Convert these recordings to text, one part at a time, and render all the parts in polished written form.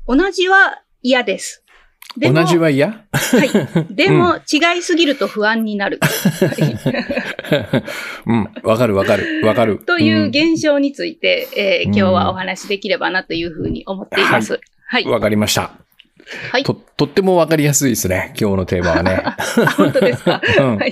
同じは嫌です。でも同じは嫌？ はい。でも、違いすぎると不安になる。 うん、わかる。 という現象について、今日はお話しできればなというふうに思っています。はい。 わかりました。 はい。 とってもわかりやすいですね。今日のテーマはね。 本当ですか。はい。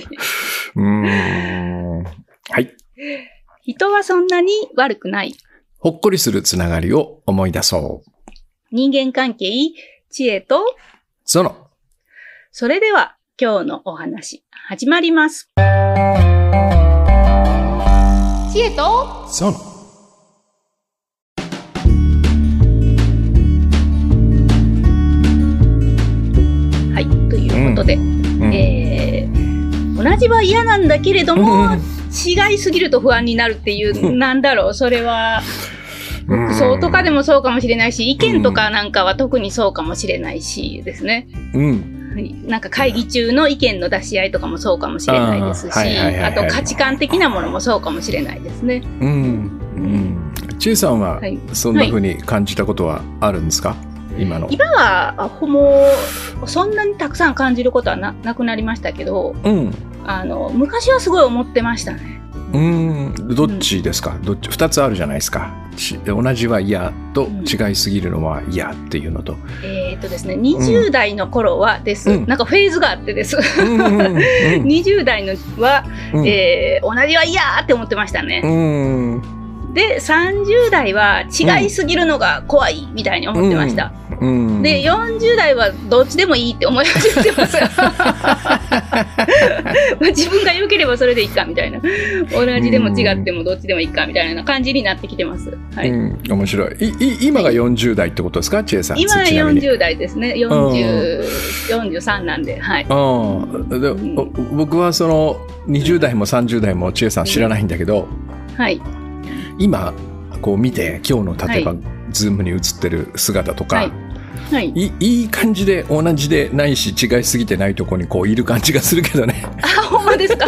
はい。 人はそんなに悪くない。 ほっこりするつながりを思い出そう。 人間関係、知恵とゾノ。 それでは今日のお話始まります。知恵とゾノ。 はい、ということで、同じは嫌なんだけれども、違いすぎると不安になるっていう、なんだろう、それは服装とかでもそうかもしれないし、意見とかなんかは特にそうかもしれないしですね。はい、なんか会議中の意見の出し合いとかもそうかもしれないですし、あと価値観的なものもそうかもしれないですね。 ちえさんはそんな風に感じたことはあるんですか？今はもうそんなにたくさん感じることは なくなりましたけど、昔はすごい思ってましたね。 どっちですか？2つあるじゃないですか。同じは嫌と違いすぎるのは嫌っていうのと。 ですね、20代の頃はです。なんかフェーズがあってです。20代のは、同じは嫌って思ってましたね。で、30代は違いすぎるのが怖いみたいに思ってました。で、40代はどっちでもいいって思い始めてます。自分が良ければそれでいいかみたいな。同じでも違ってもどっちでもいいかみたいな感じになってきてます。はい。 面白い。今が40代ってことですか、千恵さん？ 今は40代ですね。43なんで。はい。 僕はその20代も30代も千恵さん知らないんだけど、 はい。 今こう見て今日の例えばズームに映ってる姿とか、いい感じで同じでないし違いすぎてないところにこういる感じがするけどね。 ほんまですか？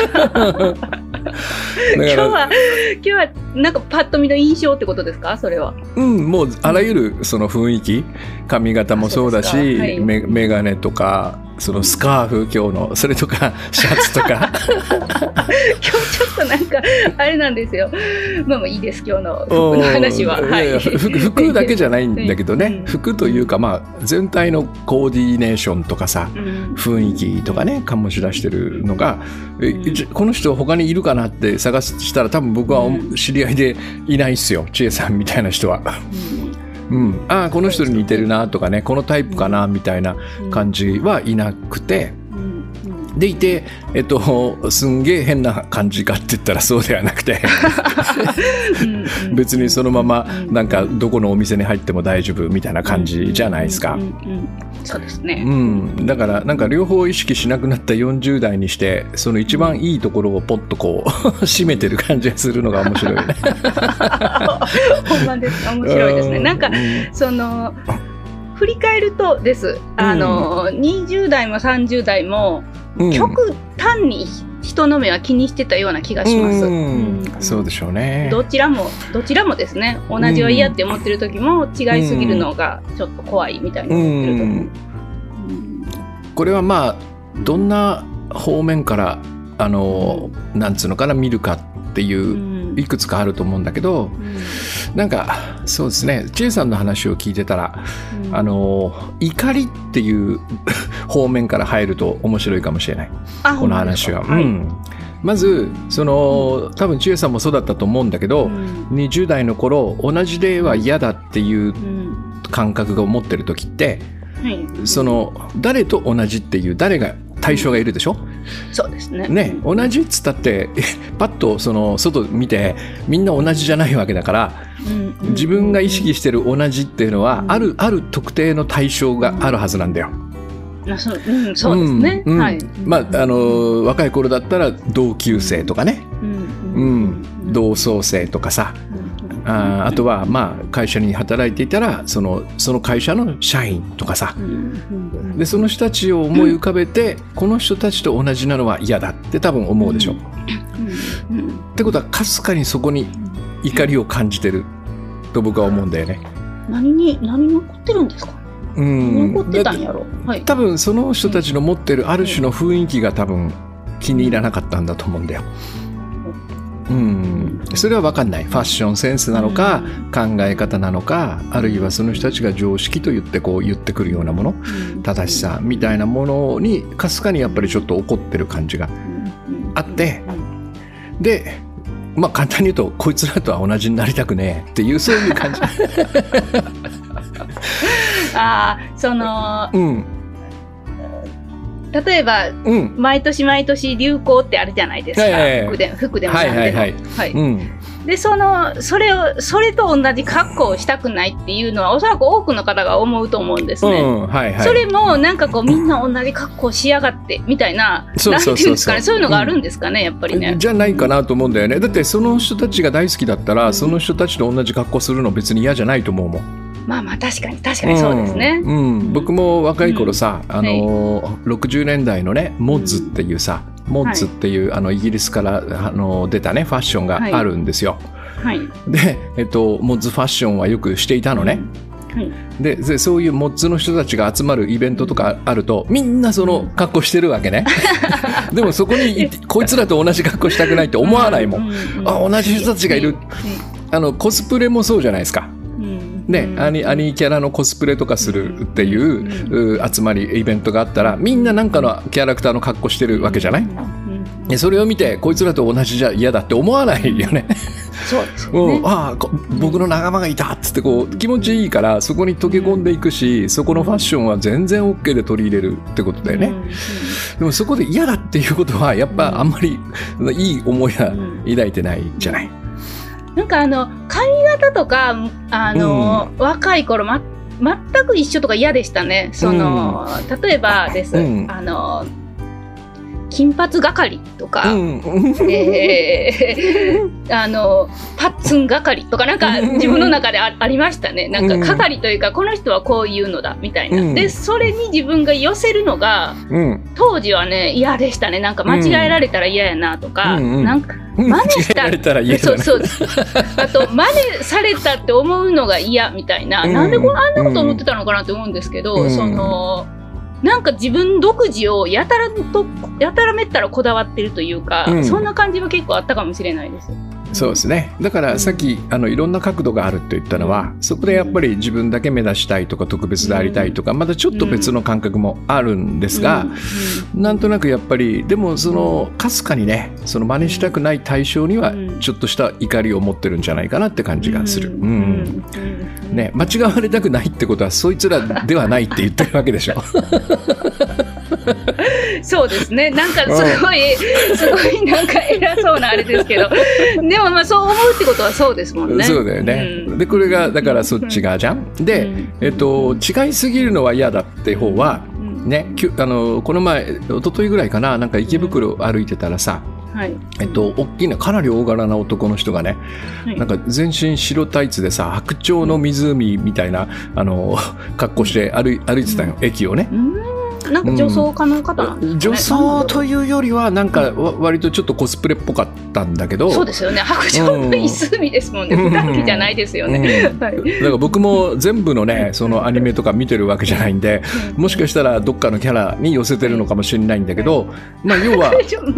今日はなんかパッと見の印象ってことですか？それは。 もうあらゆるその雰囲気、髪型もそうだし、メガネとかそのスカーフ今日のそれとかシャツとか今日ちょっとなんかあれなんですよ。まあいいです、今日の服の話は。 服だけじゃないんだけどね、服というか全体のコーディネーションとかさ、雰囲気とかね醸し出してるのが、この人他にいるかなって探したら多分僕は知り合いでいないっすよ、千恵さんみたいな人は。この人に似てるなとかね、このタイプかなみたいな感じはいなくて、でいて、すんげえ変な感じかって言ったらそうではなくて別にそのままなんかどこのお店に入っても大丈夫みたいな感じじゃないですか。 そうですね。 だからなんか両方意識しなくなった40代にしてその一番いいところをポッとこう締めてる感じがするのが面白いね。 ほんまです。面白いですね。なんかその振り返るとです、20代も30代も極端に人の目は気にしてたような気がします。 そうでしょうね。 どちらもですね。同じは嫌って思ってる時も違いすぎるのがちょっと怖いみたいに思ってると思う。 これはどんな方面からなんつうのかな見るかっていういくつかあると思うんだけど、なんかそうですね、千恵さんの話を聞いてたら、怒りっていう方面から入ると面白いかもしれない、この話は。まず多分千恵さんもそうだったと思うんだけど、20代の頃同じでは嫌だっていう感覚が持ってる時って、その誰と同じっていう誰が対象がいるでしょ。 そうですね。 同じっつったってパッとその外見てみんな同じじゃないわけだから、自分が意識してる同じっていうのは、ある特定の対象があるはずなんだよ。 そうですね。 若い頃だったら同級生とかね、同窓生とかさ、あとは会社に働いていたらその会社の社員とかさ、でその人たちを思い浮かべて、この人たちと同じなのは嫌だって多分思うでしょ。ってことはかすかにそこに怒りを感じてると僕は思うんだよね。 何に怒ってるんですか？ 残ってたんやろ。はい。 多分その人たちの持ってるある種の雰囲気が多分気に入らなかったんだと思うんだよ。それは分かんない。ファッションセンスなのか、考え方なのか、あるいはその人たちが常識と言ってこう言ってくるようなもの、正しさみたいなものにかすかにやっぱりちょっと怒ってる感じがあって、でまあ簡単に言うとこいつらとは同じになりたくねえっていうそういう感じ。 ああ、例えば、毎年毎年流行ってあるじゃないですか。服でもなんでも。で、それと同じ格好をしたくないっていうのは、おそらく多くの方が思うと思うんですね。それも、なんかこう、みんな同じ格好しやがって、みたいな、なんていうんですかね、そういうのがあるんですかね、やっぱりね。 じゃないかなと思うんだよね。だって、その人たちが大好きだったら、その人たちと同じ格好するの別に嫌じゃないと思うもん。 まあまあ確かにそうですね。 僕も若い頃さ、60年代のねモッズっていうさ、モッズっていうイギリスから出たねファッションがあるんですよ。で、モッズファッションはよくしていたのね。でそういうモッズの人たちが集まるイベントとかあるとみんなその格好してるわけね。でもそこにこいつらと同じ格好したくないって思わないもん。あ、同じ人たちがいる。コスプレもそうじゃないですか。ね、アニキャラのコスプレとかするっていう集まりイベントがあったらみんななんかのキャラクターの格好してるわけじゃない。それを見てこいつらと同じじゃ嫌だって思わないよね。 そうですよね。 僕の仲間がいたっつってこう気持ちいいからそこに溶け込んでいくし、そこのファッションは全然 OK で取り入れるってことだよね。でもそこで嫌だっていうことはやっぱあんまりいい思いは抱いてないじゃない。 なんか髪型とか若い頃、全く一緒とか嫌でしたね。例えばです、金髪係とか、パッツン係とかなんか自分の中でありましたね。なんか係というかこの人はこういうのだみたいな。でそれに自分が寄せるのが、当時はね嫌でしたね。なんか間違えられたら嫌やなとか、なんか真似したそうあと真似されたって思うのが嫌みたいな、なんであんなこと思ってたのかなって思うんですけど、なんか自分独自をやたらめったらこだわってるというか、そんな感じは結構あったかもしれないです。 そうですね。だからさっきいろんな角度があると言ったのは、そこでやっぱり自分だけ目指したいとか特別でありたいとか、またちょっと別の感覚もあるんですが、なんとなくやっぱりでもかすかにねその真似したくない対象にはちょっとした怒りを持ってるんじゃないかなって感じがする。ね、間違われたくないってことはそいつらではないって言ってるわけでしょ。 そうですね。なんかすごいなんか偉そうなあれですけど、でもまあそう思うってことはそうですもんね。 そうだよね。でこれがだからそっち側じゃん。で、違いすぎるのは嫌だって方はね、この前一昨日ぐらいかな、なんか池袋歩いてたらさ。大きなかなり大柄な男の人がね、なんか全身白タイツでさ白鳥の湖みたいな格好して歩いてたよ、駅をね。 なんか女装家の方なんですかね。 女装というよりはなんか割とちょっとコスプレっぽかったんだけど。 そうですよね。白鳥の湖ですもんね。普段着じゃないですよね。 だから僕も全部のねそのアニメとか見てるわけじゃないんで、もしかしたらどっかのキャラに寄せてるのかもしれないんだけど、まあ要はこ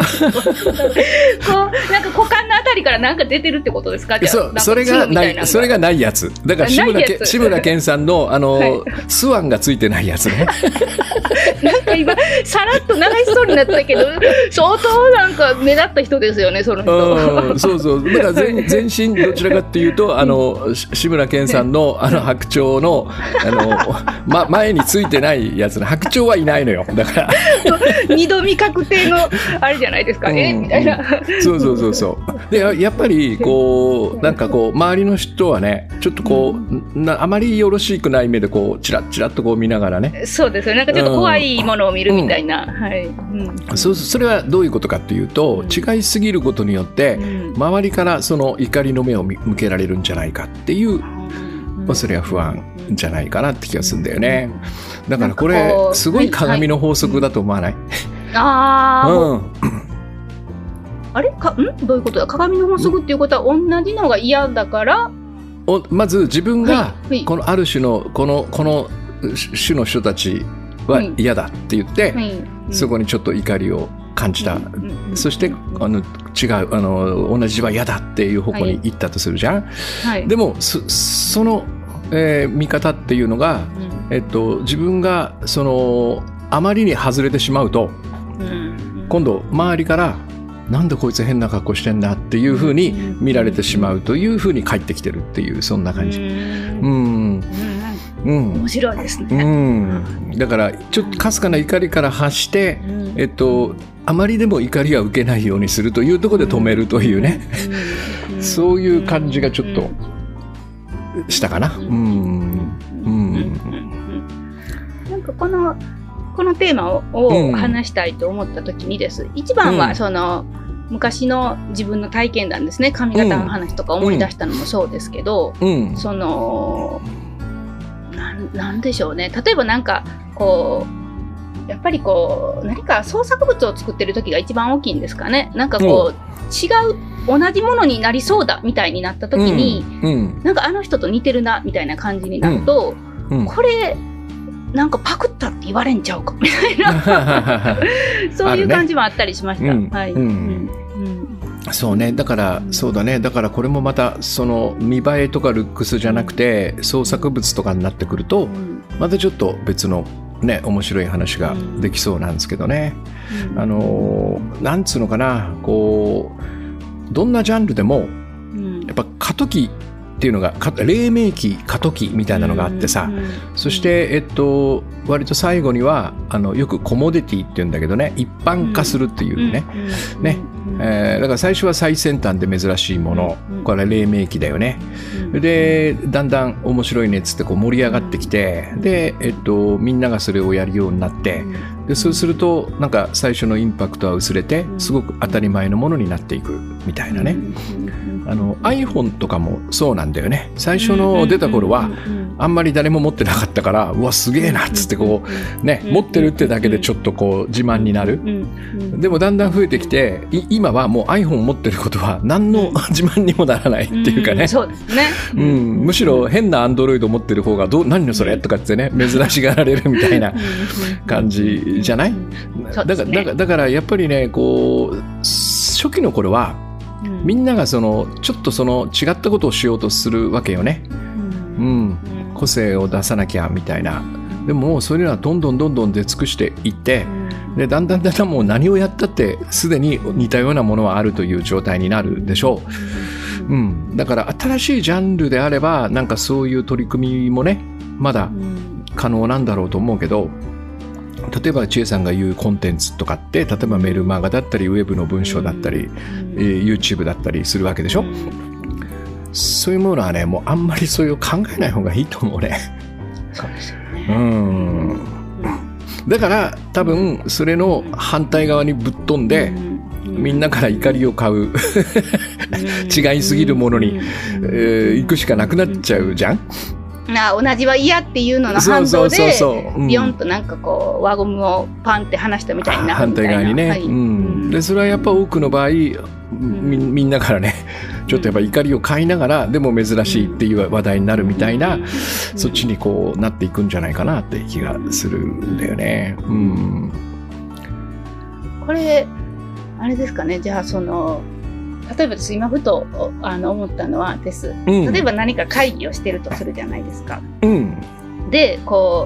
うなんか股間のあたりからなんか出てるってことですか。 それがないやつだから志村けんさんのスワンがついてないやつね。 なんか今さらっと流しそうになったけど相当なんか目立った人ですよね、その人。 そうだから全身どちらかっていうと志村けんさんの白鳥の前についてないやつね。白鳥はいないのよ。だから二度見確定のあれじゃないですか。みたいな。 そうでやっぱりこうなんかこう周りの人はねちょっとこうあまりよろしくない目でこうチラッチラッとこう見ながらね。 そうですよ。なんかちょっと怖いものを見るみたいな。 それはどういうことかっていうと、違いすぎることによって周りからその怒りの目を向けられるんじゃないかっていう、それは不安じゃないかなって気がするんだよね。だからこれすごい鏡の法則だと思わない？ あれどういうことだ。鏡の法則っていうことは同じのが嫌だから、 まず自分がこのある種のこの種の人たちは嫌だって言って、そこにちょっと怒りを感じた。そして違う同じは嫌だっていう方向に行ったとするじゃん。でもその、見方っていうのが、自分があまりに外れてしまうと、今度周りからなんでこいつ変な格好してんだっていうふうに見られてしまうというふうに返ってきてるっていう、そんな感じ。 面白いですね。 だからちょっとかすかな怒りから発して、あまりでも怒りは受けないようにするというところで止めるというね、そういう感じがちょっとしたかな。 なんかこのテーマを話したいと思った時にです。一番は昔の自分の体験談ですね。髪型の話とか思い出したのもそうですけど、なんでしょうね。例えばなんかやっぱり何か創作物を作ってる時が一番大きいんですかね。なんか違う同じものになりそうだみたいになった時に、なんかあの人と似てるなみたいな感じになると、これなんかパクったって言われんちゃうかみたいなそういう感じもあったりしました。 そうね、だからそうだね、だからこれもまた見栄えとかルックスじゃなくて創作物とかになってくると、またちょっと別のね面白い話ができそうなんですけどね。なんつうのかな、どんなジャンルでもやっぱ過渡期っていうのが黎明期過渡期みたいなのがあってさ、そして割と最後にはよくコモディティっていうんだけどね、一般化するっていうね、だから最初は最先端で珍しいもの、これは黎明期だよね。でだんだん面白いねっつって盛り上がってきて、でみんながそれをやるようになって、でそうするとなんか最初のインパクトは薄れてすごく当たり前のものになっていくみたいなね。iPhone とかもそうなんだよね。最初の出た頃はあんまり誰も持ってなかったから、うわすげえなっつって持ってるってだけでちょっと自慢になる。でもだんだん増えてきて、今はもう iPhone 持ってることは何の自慢にもならないっていうかね。 そうですね。 むしろ変な Android 持ってる方が何のそれとかってね、珍しがられるみたいな感じじゃない？だからやっぱりね、初期の頃はみんながちょっと違ったことをしようとするわけよね。個性を出さなきゃみたいな。でももうそういうのはどんどん出尽くしていって、でだんだんもう何をやったってすでに似たようなものはあるという状態になるでしょう。だから新しいジャンルであればなんかそういう取り組みもねまだ可能なんだろうと思うけど、例えば千恵さんが言うコンテンツとかって、例えばメルマガだったりウェブの文章だったり、YouTube だったりするわけでしょ。そういうものはね、もうあんまりそういう考えない方がいいと思うね。 そうですよね。 だから多分それの反対側にぶっ飛んで、みんなから怒りを買う違いすぎるものに、行くしかなくなっちゃうじゃん。 同じは嫌っていうのの反動でビヨンとなんか輪ゴムをパンって離したみたいな反対側にね、でそれはやっぱ多くの場合みんなからねちょっとやっぱ怒りを買いながらでも珍しいっていう話題になるみたいな、そっちになっていくんじゃないかなって気がするんだよね。 これあれですかね。じゃあ例えば今ふと思ったのはです、例えば何か会議をしてるとするじゃないですか。で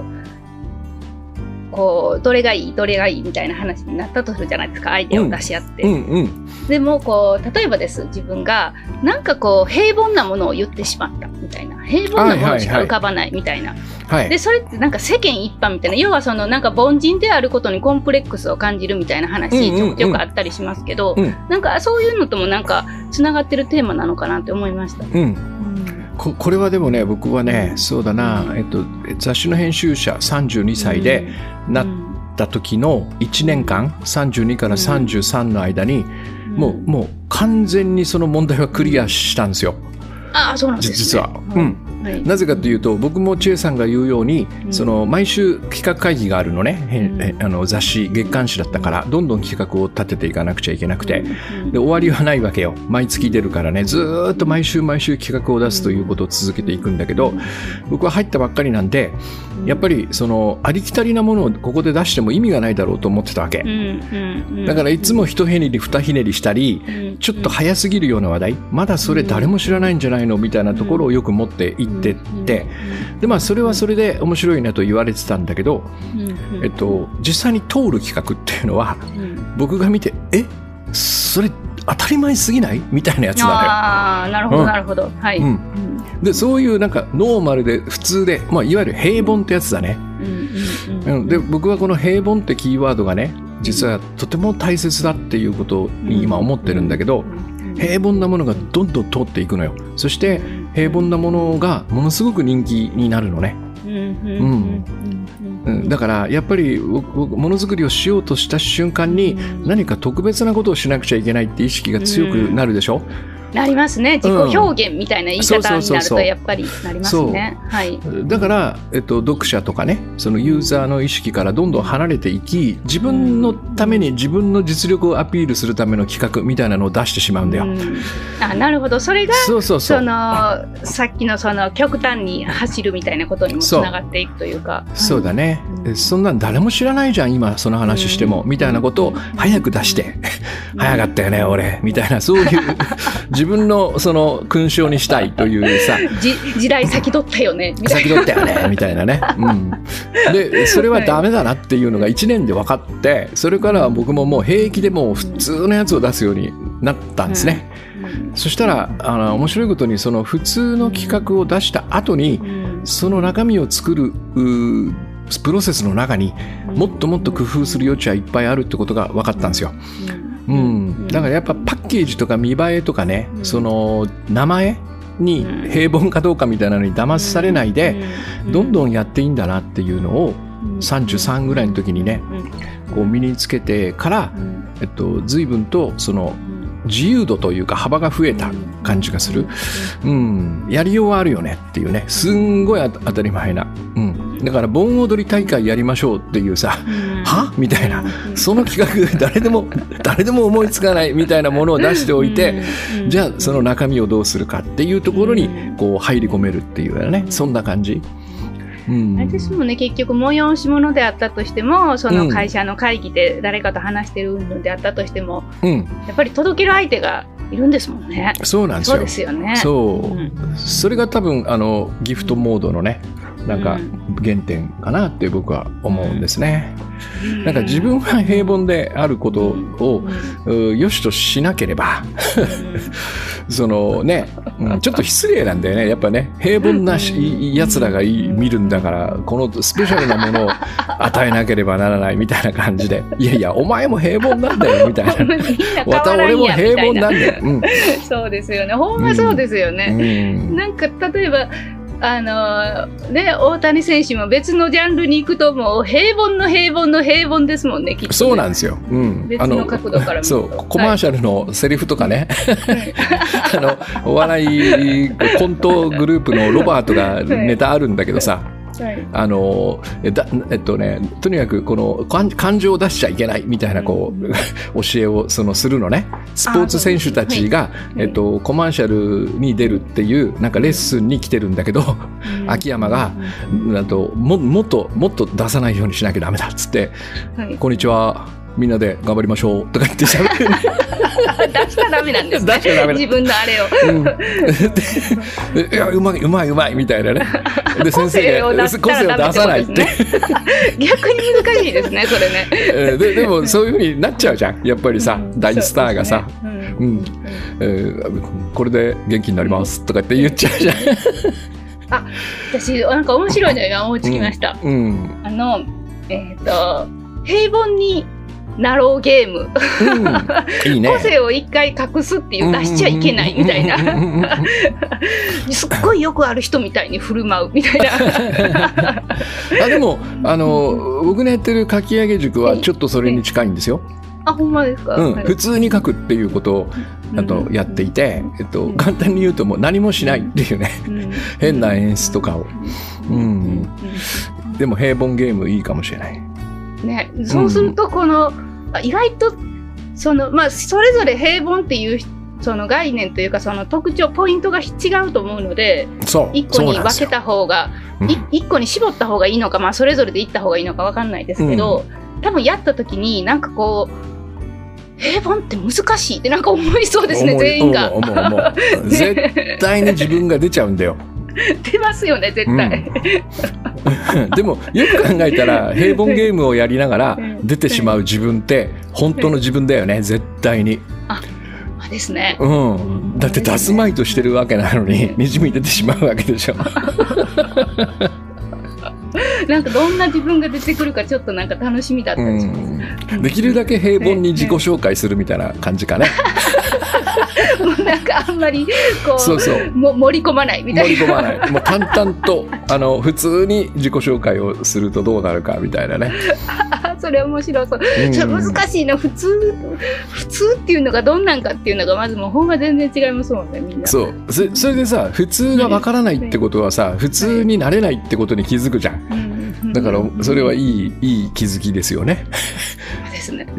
どれがいいみたいな話になったとするじゃないですか。アイデアを出し合って、でも例えばです、自分がなんか平凡なものを言ってしまったみたいな、平凡なものしか浮かばないみたいな、でそれってなんか世間一般みたいな、要はなんか凡人であることにコンプレックスを感じるみたいな話、ちょくちょくあったりしますけど、なんかそういうのともなんかつながってるテーマなのかなって思いました。 これはでもね、僕はね、そうだな、雑誌の編集者32歳でなった時の1年間、32から33の間に、もう完全にその問題はクリアしたんですよ。 そうなんですね。 実は。なぜかというと、僕も千恵さんが言うように、毎週企画会議があるのね、雑誌月刊誌だったからどんどん企画を立てていかなくちゃいけなくて、で終わりはないわけよ。毎月出るからね、ずーっと毎週企画を出すということを続けていくんだけど、僕は入ったばっかりなんでやっぱりそのありきたりなものをここで出しても意味がないだろうと思ってたわけ。だからいつも一ひねり二ひねりしたり、ちょっと早すぎるような話題、まだそれ誰も知らないんじゃないのみたいなところをよく持っていってって、でまあそれはそれで面白いなと言われてたんだけど、実際に通る企画っていうのは、僕が見てそれ当たり前すぎないみたいなやつなのよ。 ああ、なるほどなるほど。はい。 でそういうなんかノーマルで普通で、まあ、いわゆる平凡ってやつだね。で僕はこの平凡ってキーワードがね、実はとても大切だっていうことに今思ってるんだけど、平凡なものがどんどん通っていくのよ。そして平凡なものがものすごく人気になるのね。だからやっぱりものづくりをしようとした瞬間に何か特別なことをしなくちゃいけないって意識が強くなるでしょ。 なりますね。自己表現みたいな言い方になるとやっぱりなりますね。 だから、読者とかね、そのユーザーの意識からどんどん離れていき、自分のために自分の実力をアピールするための企画みたいなのを出してしまうんだよ。 あ、なるほど。それがそのさっきのその極端に走るみたいなことにもつながっていくというか。 そうだね。そんなん誰も知らないじゃん今その話しても、みたいなことを早く出して早かったよね俺みたいな、そういう自分のその勲章にしたいというさ時代先取ったよねみたいな、 先取ったよねみたいなね、でそれはダメだなっていうのが1年で分かって、それからは僕ももう平気でもう普通のやつを出すようになったんですね。そしたら面白いことに、その普通の企画を出した後にその中身を作るプロセスの中にもっともっと工夫する余地はいっぱいあるってことが分かったんですよ。だからやっぱパッケージとか見栄えとかね、その名前に平凡かどうかみたいなのに騙されないで、どんどんやっていいんだなっていうのを33ぐらいの時にね、こう身につけてから、随分とその自由度というか幅が増えた感じがする。やりようはあるよねっていうね、すんごい当たり前な。だから盆踊り大会やりましょうっていうさ、はみたいな、その企画誰でも思いつかないみたいなものを出しておいて、じゃあその中身をどうするかっていうところにこう入り込めるっていうようなね、そんな感じ。 私もね、結局催し物であったとしても、その会社の会議で誰かと話してるのであったとしても、やっぱり届ける相手がいるんですもんね。 そうなんですよ。 そうですよね。 それが多分ギフトモードのね、なんか原点かなって僕は思うんですね。なんか自分が平凡であることを良しとしなければそのね、ちょっと失礼なんだよね。やっぱね、平凡なやつらが見るんだから、このスペシャルなものを与えなければならないみたいな感じで、いやいやお前も平凡なんだよみたいな俺も平凡なんだよ。 そうですよね。ほんまそうですよね。なんか例えば大谷選手も別のジャンルに行くともう平凡の平凡の平凡ですもんね、きっとね。 そうなんですよ。 別の角度から見ると。 そうコマーシャルのセリフとかね、お笑いコントグループのロバートがネタあるんだけどさ、とにかくこの感情を出しちゃいけないみたいなこう教えをするのね。スポーツ選手たちがコマーシャルに出るっていうなんかレッスンに来てるんだけど、秋山がもっと出さないようにしなきゃダメだっつって、こんにちはみんなで頑張りましょうとか言ってしゃべる。 出しちゃダメなんですね。出しちゃダメ。自分のあれを。 いやうまいみたいなね。で先生が個性を出さないって。 逆に難しいですね、それね。 でもそういう風になっちゃうじゃん。やっぱりさ、大スターがさ、これで元気になりますとかって言っちゃうじゃん。 私なんか面白いの今思いつきました。平凡にナローゲーム、いいね、個性を一回隠すっていう出しちゃいけないみたいな、すっごいよくある人みたいに振る舞うみたいな。 でも僕のやってる書き上げ塾はちょっとそれに近いんですよ。 ほんまですか。 普通に書くっていうことをやっていて、簡単に言うともう何もしないっていうね、変な演出とかを、でも平凡ゲームいいかもしれないね。そうすると意外とそれぞれ平凡っていうその概念というかその特徴ポイントが違うと思うので、一個に分けた方が、一個に絞った方がいいのか、まあそれぞれでいった方がいいのか分かんないですけど、多分やった時になんかこう平凡って難しいってなんか思いそうですね、全員が。 絶対に自分が出ちゃうんだよ。 出ますよね、絶対。 でもよく考えたら平凡ゲームをやりながら出てしまう自分って本当の自分だよね、絶対に。 ですね。 だって出すまいとしてるわけなのににじみ出てしまうわけでしょ。 なんかどんな自分が出てくるかちょっとなんか楽しみだったりします。 できるだけ平凡に自己紹介するみたいな感じかね。 もうなんかあんまりこう、 そう盛り込まないみたいな。 盛り込まない。もう淡々と普通に自己紹介をするとどうなるかみたいなね。 それ面白そう。難しいな。普通っていうのがどんなんかっていうのがまずもうほんま全然違いますもんね、みんな。 そう。それでさ、普通がわからないってことはさ、普通になれないってことに気づくじゃん。だからそれはいい気づきですよね。 そうですね。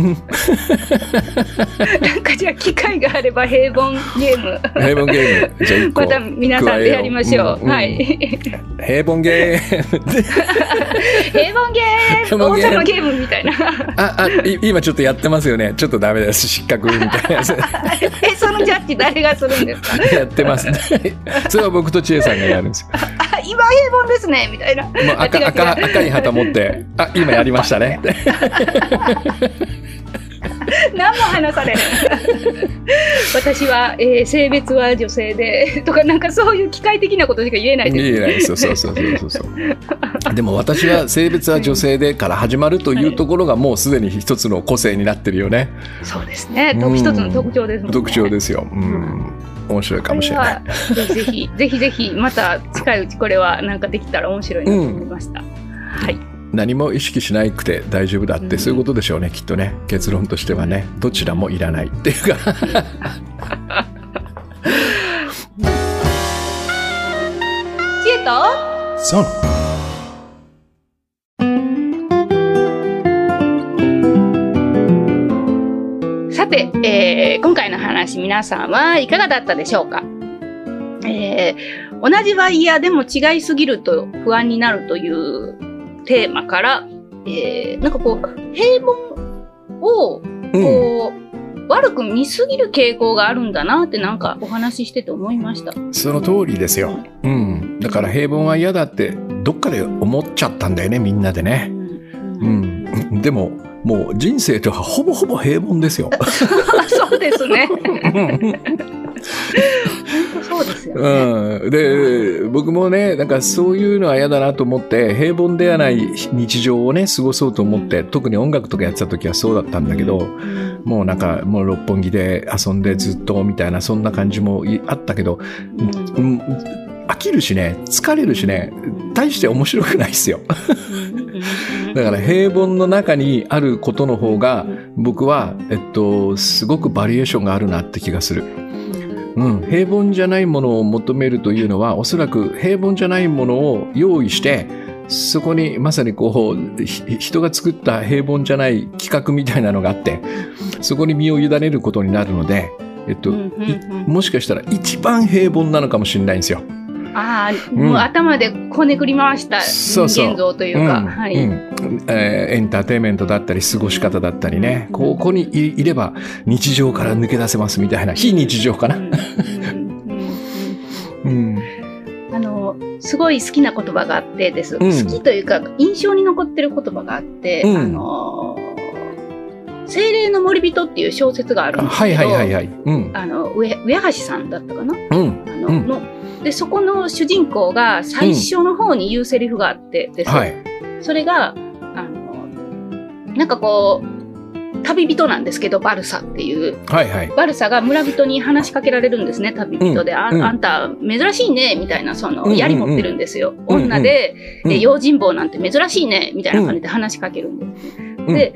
なんかじゃあ機会があれば平凡ゲーム。 平凡ゲーム。じゃあ1個また皆さんでやりましょう。はい。 平凡ゲーム。 平凡ゲーム。王様ゲームみたいな。 今ちょっとやってますよね。ちょっとダメです。失格みたいなやつ。 そのジャッジ誰がするんですか。 やってますね。それは僕と千恵さんがやるんですよ。 今平凡ですねみたいな。 赤い旗持って、今やりましたね。 何も話されない。私は、性別は女性でとかなんかそういう機械的なことしか言えないです。 言えない。そう。でも私は性別は女性でから始まるというところがもうすでに一つの個性になってるよね。 そうですね。一つの特徴ですもんね。 特徴ですよ。面白いかもしれない。 ぜひまた近いうちこれはなんかできたら面白いなと思いました。はい。 何も意識しなくて大丈夫だって、そういうことでしょうね、きっとね。結論としてはね、どちらもいらないっていうか。 知恵とそう。 さて、今回の話皆さんはいかがだったでしょうか。同じワイヤーでも違いすぎると不安になるというテーマから、なんかこう平凡をこう、悪く見すぎる傾向があるんだなってなんかお話ししてて思いました。 その通りですよ。だから平凡は嫌だってどっかで思っちゃったんだよね、みんなでね。でももう人生とはほぼほぼ平凡ですよ。 そうですね。そうですよね。 で、僕もね、なんかそういうのは嫌だなと思って平凡ではない日常をね過ごそうと思って、特に音楽とかやってた時はそうだったんだけど、もうなんかもう六本木で遊んでずっとみたいなそんな感じもあったけど、飽きるしね、疲れるしね、大して面白くないですよ。だから平凡の中にあることの方が僕は、すごくバリエーションがあるなって気がする。平凡じゃないものを求めるというのは、おそらく平凡じゃないものを用意してそこにまさにこう人が作った平凡じゃない企画みたいなのがあって、そこに身を委ねることになるので、もしかしたら一番平凡なのかもしれないんですよ。 もう頭でこねくり回した人間像というか、 エンターテインメントだったり過ごし方だったりね、ここにいれば日常から抜け出せますみたいな、非日常かな。 すごい好きな言葉があってです、好きというか印象に残ってる言葉があって、精霊の森人っていう小説があるんですけど、上橋さんだったかな、でそこの主人公が最初の方に言うセリフがあってです、それがなんかこう旅人なんですけど、バルサっていう、バルサが村人に話しかけられるんですね、旅人で。あんた珍しいねみたいな、その槍持ってるんですよ。女で用心棒なんて珍しいねみたいな感じで話しかけるんです。で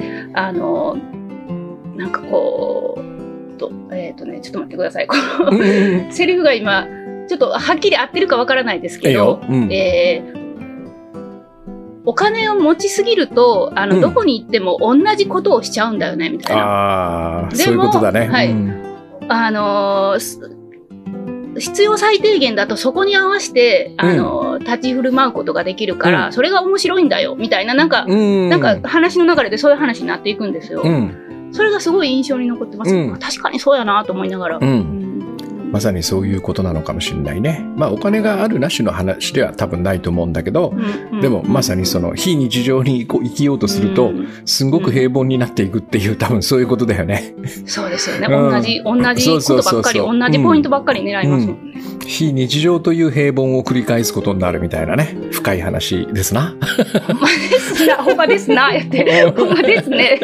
なんかこうちょっと待ってください。このセリフが今ちょっとはっきり合ってるかわからないですけど、お金を持ちすぎるとどこに行っても同じことをしちゃうんだよねみたいな。 そういうことだね。 必要最低限だとそこに合わせて、立ち振る舞うことができるから、それが面白いんだよ、みたいな、なんか話の流れでそういう話になっていくんですよ。それがすごい印象に残ってます。確かにそうやなと思いながら。 まさにそういうことなのかもしれないね。まあお金があるなしの話では多分ないと思うんだけど、でもまさにその非日常にこう生きようとすると、すごく平凡になっていくっていう、多分そういうことだよね。 そうですよね。同じことばっかり、同じポイントばっかり狙いますもんね。 非日常という平凡を繰り返すことになるみたいなね、深い話ですな。 ほんまですな、ほんまですな、やって、ほんまですね。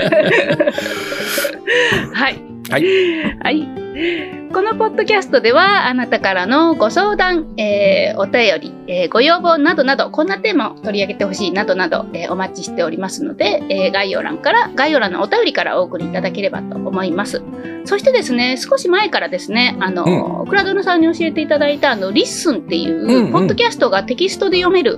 はい。 はい。 はい。このポッドキャストではあなたからのご相談、お便り、ご要望などなど、こんなテーマを取り上げてほしいなどなど、お待ちしておりますので、概要欄のお便りからお送りいただければと思います。そしてですね、少し前からですね、クラドルさんに教えていただいたリッスンっていう、ポッドキャストがテキストで読める、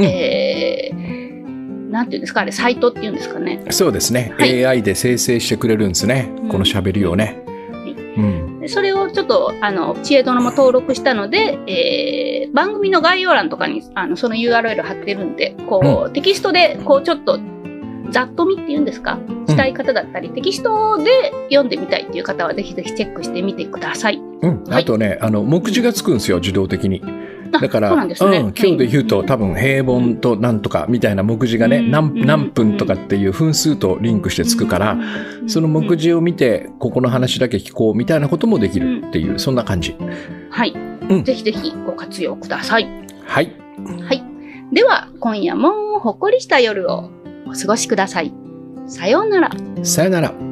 なんていうんですか、あれサイトっていうんですかね。 そうですね、はい、AI で生成してくれるんですね、この喋りをね。 それをちょっと知恵殿も登録したので、番組の概要欄とかにその URL 貼ってるんで、こう、テキストでこうちょっとざっと見っていうんですか、したい方だったり、テキストで読んでみたいっていう方はぜひぜひチェックしてみてください。 あとね、目次がつくんですよ、自動的に。だから、今日で言うと、多分平凡となんとかみたいな目次がね、何分とかっていう分数とリンクしてつくから、その目次を見てここの話だけ聞こうみたいなこともできるっていう、そんな感じ。 はい、ぜひぜひご活用ください。 はい、 はい、では今夜もほっこりした夜をお過ごしください。さようなら。 さようなら。